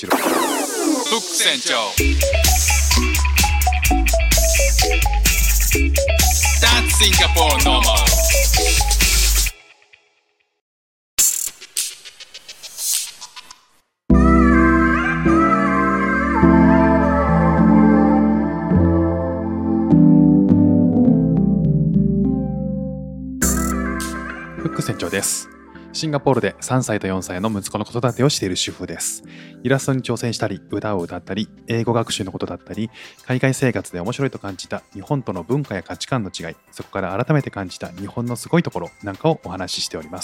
フック船長 That's Singapore normal。 フック船長です。シンガポールで3歳と4歳の息子の子育てをしている主婦です。イラストに挑戦したり、歌を歌ったり、英語学習のことだったり、海外生活で面白いと感じた日本との文化や価値観の違い、そこから改めて感じた日本のすごいところなんかをお話ししております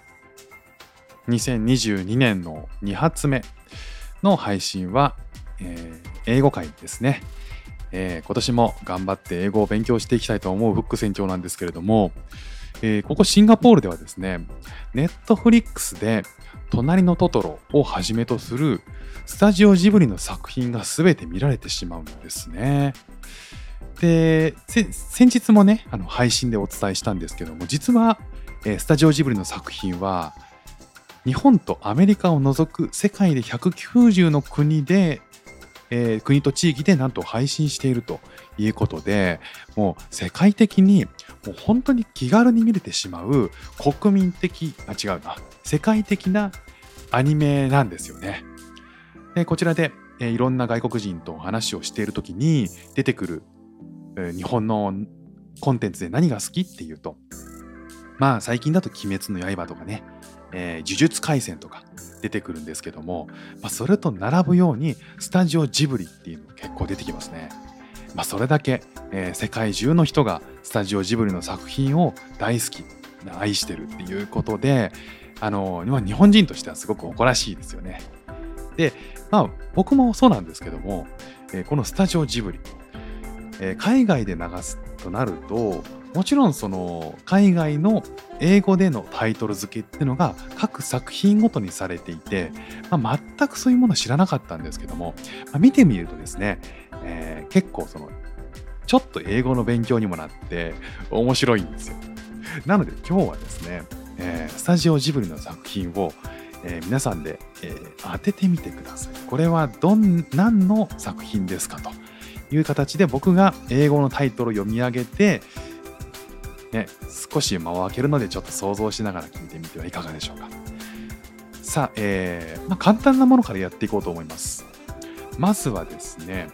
。2022年の2発目の配信は、英語会ですね。今年も頑張って英語を勉強していきたいと思うフック船長なんですけれども、ここシンガポールではですね、ネットフリックスで隣のトトロをはじめとするスタジオジブリの作品が全て見られてしまうんですね。で、先日もね、配信でお伝えしたんですけども、実は、スタジオジブリの作品は日本とアメリカを除く世界で190の国で、国と地域でなんと配信しているということで、もう世界的にもう本当に気軽に見れてしまう国民的、世界的なアニメなんですよね。でこちらで、いろんな外国人と話をしているときに出てくる、日本のコンテンツで何が好きっていうと、まあ最近だと鬼滅の刃とかね、呪術廻戦とか出てくるんですけども、それと並ぶようにスタジオジブリっていうの結構出てきますね。それだけ、世界中の人がスタジオジブリの作品を大好き、愛してるっていうことで、日本人としてはすごく誇らしいですよね。で、僕もそうなんですけども、このスタジオジブリ、海外で流すとなると、もちろんその海外の英語でのタイトル付けっていうのが各作品ごとにされていて、全くそういうもの知らなかったんですけども、見てみるとですね、結構そのちょっと英語の勉強にもなって面白いんですよ。なので今日はですね、スタジオジブリの作品を、皆さんで、当ててみてください。これは何の作品ですかという形で僕が英語のタイトルを読み上げて、少し間を空けるのでちょっと想像しながら聞いてみてはいかがでしょうか。さあ、簡単なものからやっていこうと思います。まずはですね、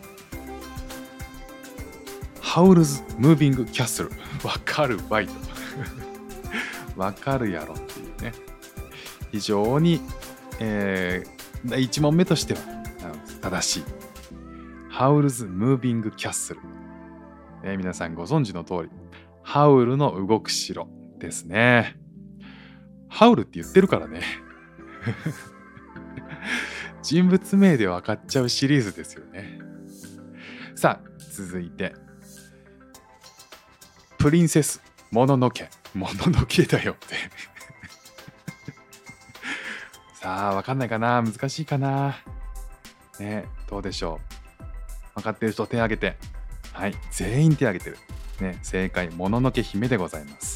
ハウルズ・ムービング・キャッスル。わかるわいと。わかるやろっていうね。非常に、第1問目としては正しい。ハウルズ・ムービング・キャッスル。皆さんご存知の通り、ハウルの動く城ですね。ハウルって言ってるからね。人物名で分かっちゃうシリーズですよね。さあ、続いて。プリンセスもののけ。もののけだよって。さあ、分かんないかな？難しいかな？ね、どうでしょう？分かってる人手挙げて。はい、全員手挙げてる。ね、正解、もののけ姫でございます。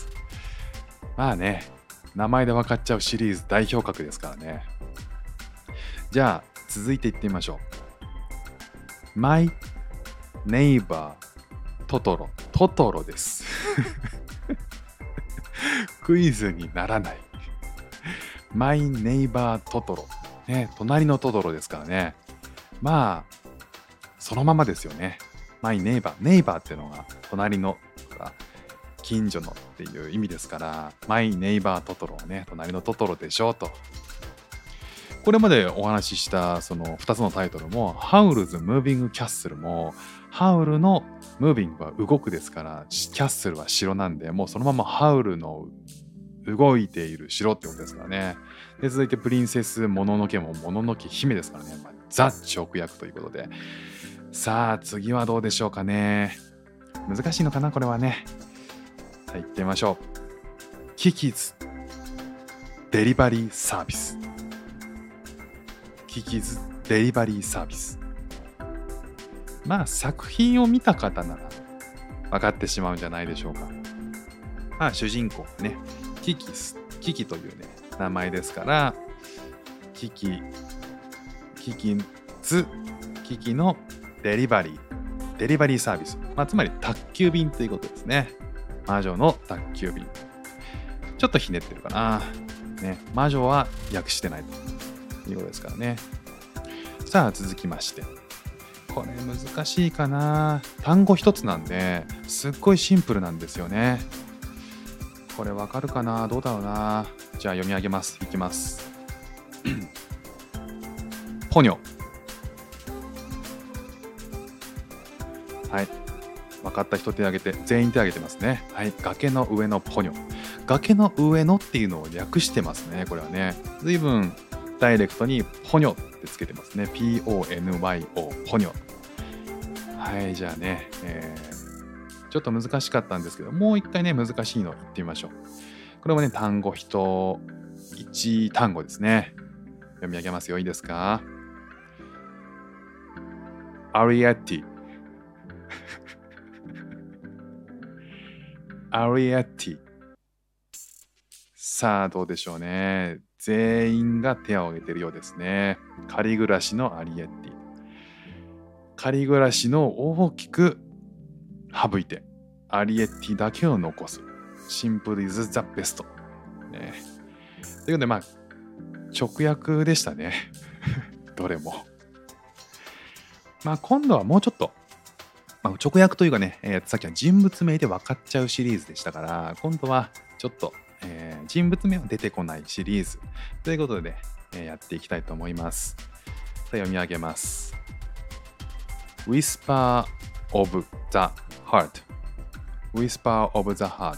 名前で分かっちゃうシリーズ代表格ですからね。じゃあ、続いていってみましょう。My Neighbor トトロ。トトロです。クイズにならない。My Neighbor トトロ。ね、隣のトトロですからね。そのままですよね。My neighbor。ネイバーっていうのが隣のとか近所のっていう意味ですから、My neighbor トトロはね、隣のトトロでしょと。これまでお話ししたその2つのタイトルも、ハウルズ・ムービング・キャッスルも、ハウルのムービングは動くですから、キャッスルは城なんで、もうそのままハウルの動いている城ってことですからね。で、続いてプリンセスもののけももののけ姫ですからね。ザ直訳ということで。さあ、次はどうでしょうかね。難しいのかな、これはね。さあ、行ってみましょう。キキズデリバリーサービス。キキズデリバリーサービス。作品を見た方なら分かってしまうんじゃないでしょうか。主人公ね、キキというね、名前ですから、キキ機器のデリバリーサービス。つまり宅急便ということですね。魔女の宅急便。ちょっとひねってるかな。ね、魔女は訳してないということですからね。さあ続きまして。これ難しいかな。単語一つなんですっごいシンプルなんですよね。これわかるかな。どうだろうな。じゃあ読み上げます。いきます。ポニョ。はい。分かった人手挙げて、全員手挙げてますね。はい。崖の上のポニョ。崖の上のっていうのを略してますね。これはね。随分ダイレクトにポニョってつけてますね。P-O-N-Y-O。ポニョ。はい。じゃあね、ちょっと難しかったんですけど、もう一回ね、難しいの言ってみましょう。これもね、単語1単語ですね。読み上げますよ。いいですか？アリエッティ。アリエッティ。さあどうでしょうね。全員が手を挙げているようですね。仮暮らしのアリエッティ。仮暮らしの大きく省いてアリエッティだけを残す。シンプル is the best。ね、ということで直訳でしたね。どれも。今度はもうちょっと、直訳というかね、さっきは人物名で分かっちゃうシリーズでしたから、今度はちょっと、人物名は出てこないシリーズということで、やっていきたいと思います。読み上げます。Whisper of the Heart。Whisper of the Heart。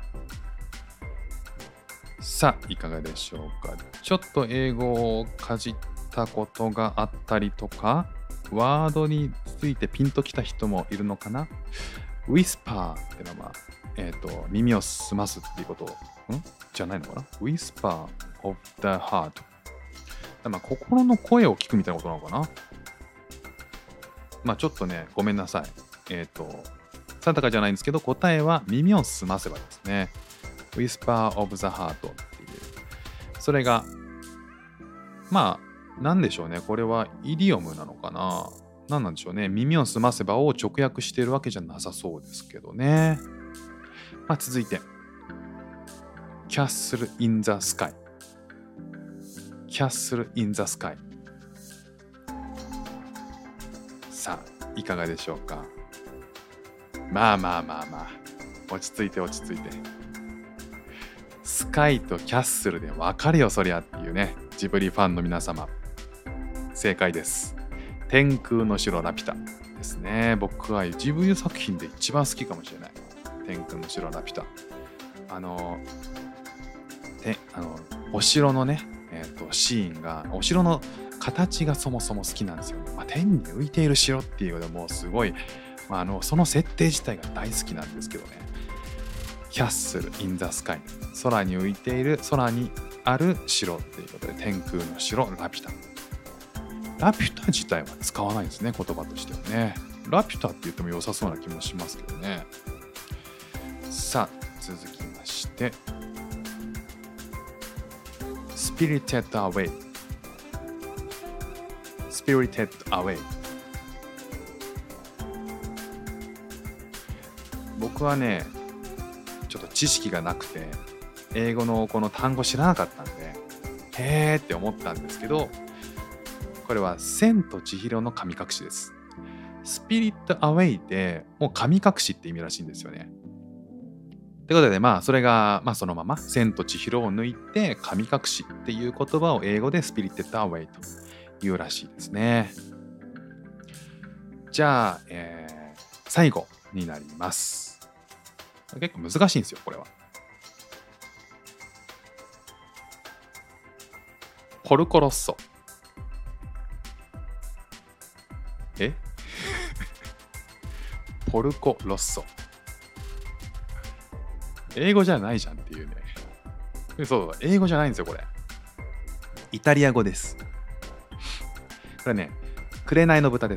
さあいかがでしょうか。ちょっと英語をかじったことがあったりとか、ワードについてピンときた人もいるのかな。Whisper ってのは、耳を澄ますっていうことじゃないのかな。Whisper of the Heart。心の声を聞くみたいなことなのかな。ちょっとね、ごめんなさい。定かじゃないんですけど、答えは耳を澄ませばですね。Whisper of the Heart っていう。それが、なんでしょうね。これはイディオムなのかな。何なんでしょうね。耳を澄ませばを直訳しているわけじゃなさそうですけどね。続いて。Castle in the Sky。Castle in the Sky。さあ、いかがでしょうか。落ち着いて。スカイとキャッスルで分かるよそりゃっていうね、ジブリファンの皆様、正解です。天空の城ラピュタですね。僕はジブリ作品で一番好きかもしれない。天空の城ラピュタ。お城のね、シーンが、お城の形がそもそも好きなんですよね。天に浮いている城っていうのでもうすごい、その設定自体が大好きなんですけどね。キャッスル・イン・ザ・スカイ。空に浮いている、空にある城っていうことで、天空の城、ラピュタ。ラピュタ自体は使わないんですね、言葉としてはね。ラピュタって言っても良さそうな気もしますけどね。さあ、続きまして。Spirited Away。Spirited Away。僕はね、ちょっと知識がなくて、英語のこの単語知らなかったんで、へーって思ったんですけど、これは千と千尋の神隠しです。スピリットアウェイってもう神隠しって意味らしいんですよね。ということでそれがそのまま千と千尋を抜いて神隠しっていう言葉を英語でスピリットアウェイというらしいですね。じゃあ、最後になります。結構難しいんですよ、これは。ポルコロッソ。ポルコロッソ。英語じゃないじゃんっていうね。そう、英語じゃないんですよ、これ。イタリア語です。これね、紅の豚です。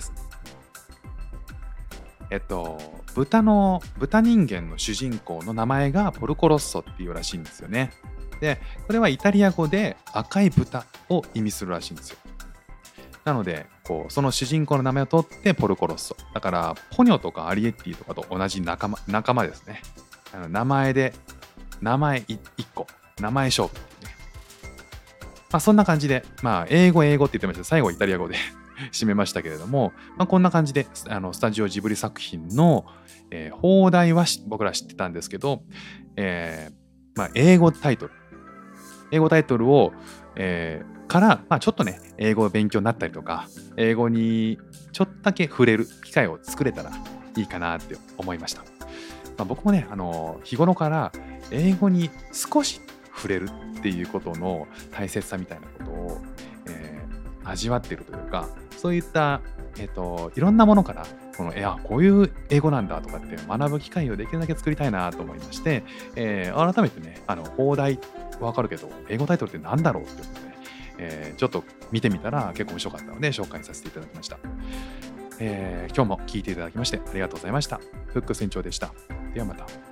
豚人間の主人公の名前がポルコロッソっていうらしいんですよね。で、これはイタリア語で赤い豚を意味するらしいんですよ。 なのでこうその主人公の名前を取ってポルコロッソだから、ポニョとかアリエッティとかと同じ仲間ですね。名前1個名前勝負っていうね。そんな感じで、英語って言ってました。最後イタリア語で締めましたけれども、こんな感じでスタジオジブリ作品の、邦題は僕ら知ってたんですけど、英語タイトルを、から、ちょっとね、英語の勉強になったりとか、英語にちょっとだけ触れる機会を作れたらいいかなって思いました。僕もね、日頃から英語に少し触れるっていうことの大切さみたいなことを、味わっているというか、そういった、いろんなものからこういう英語なんだとかって学ぶ機会をできるだけ作りたいなと思いまして、改めてね、邦題わかるけど英語タイトルって何だろうってことで、ちょっと見てみたら結構面白かったので紹介させていただきました。今日も聞いていただきましてありがとうございました。フック船長でした。ではまた。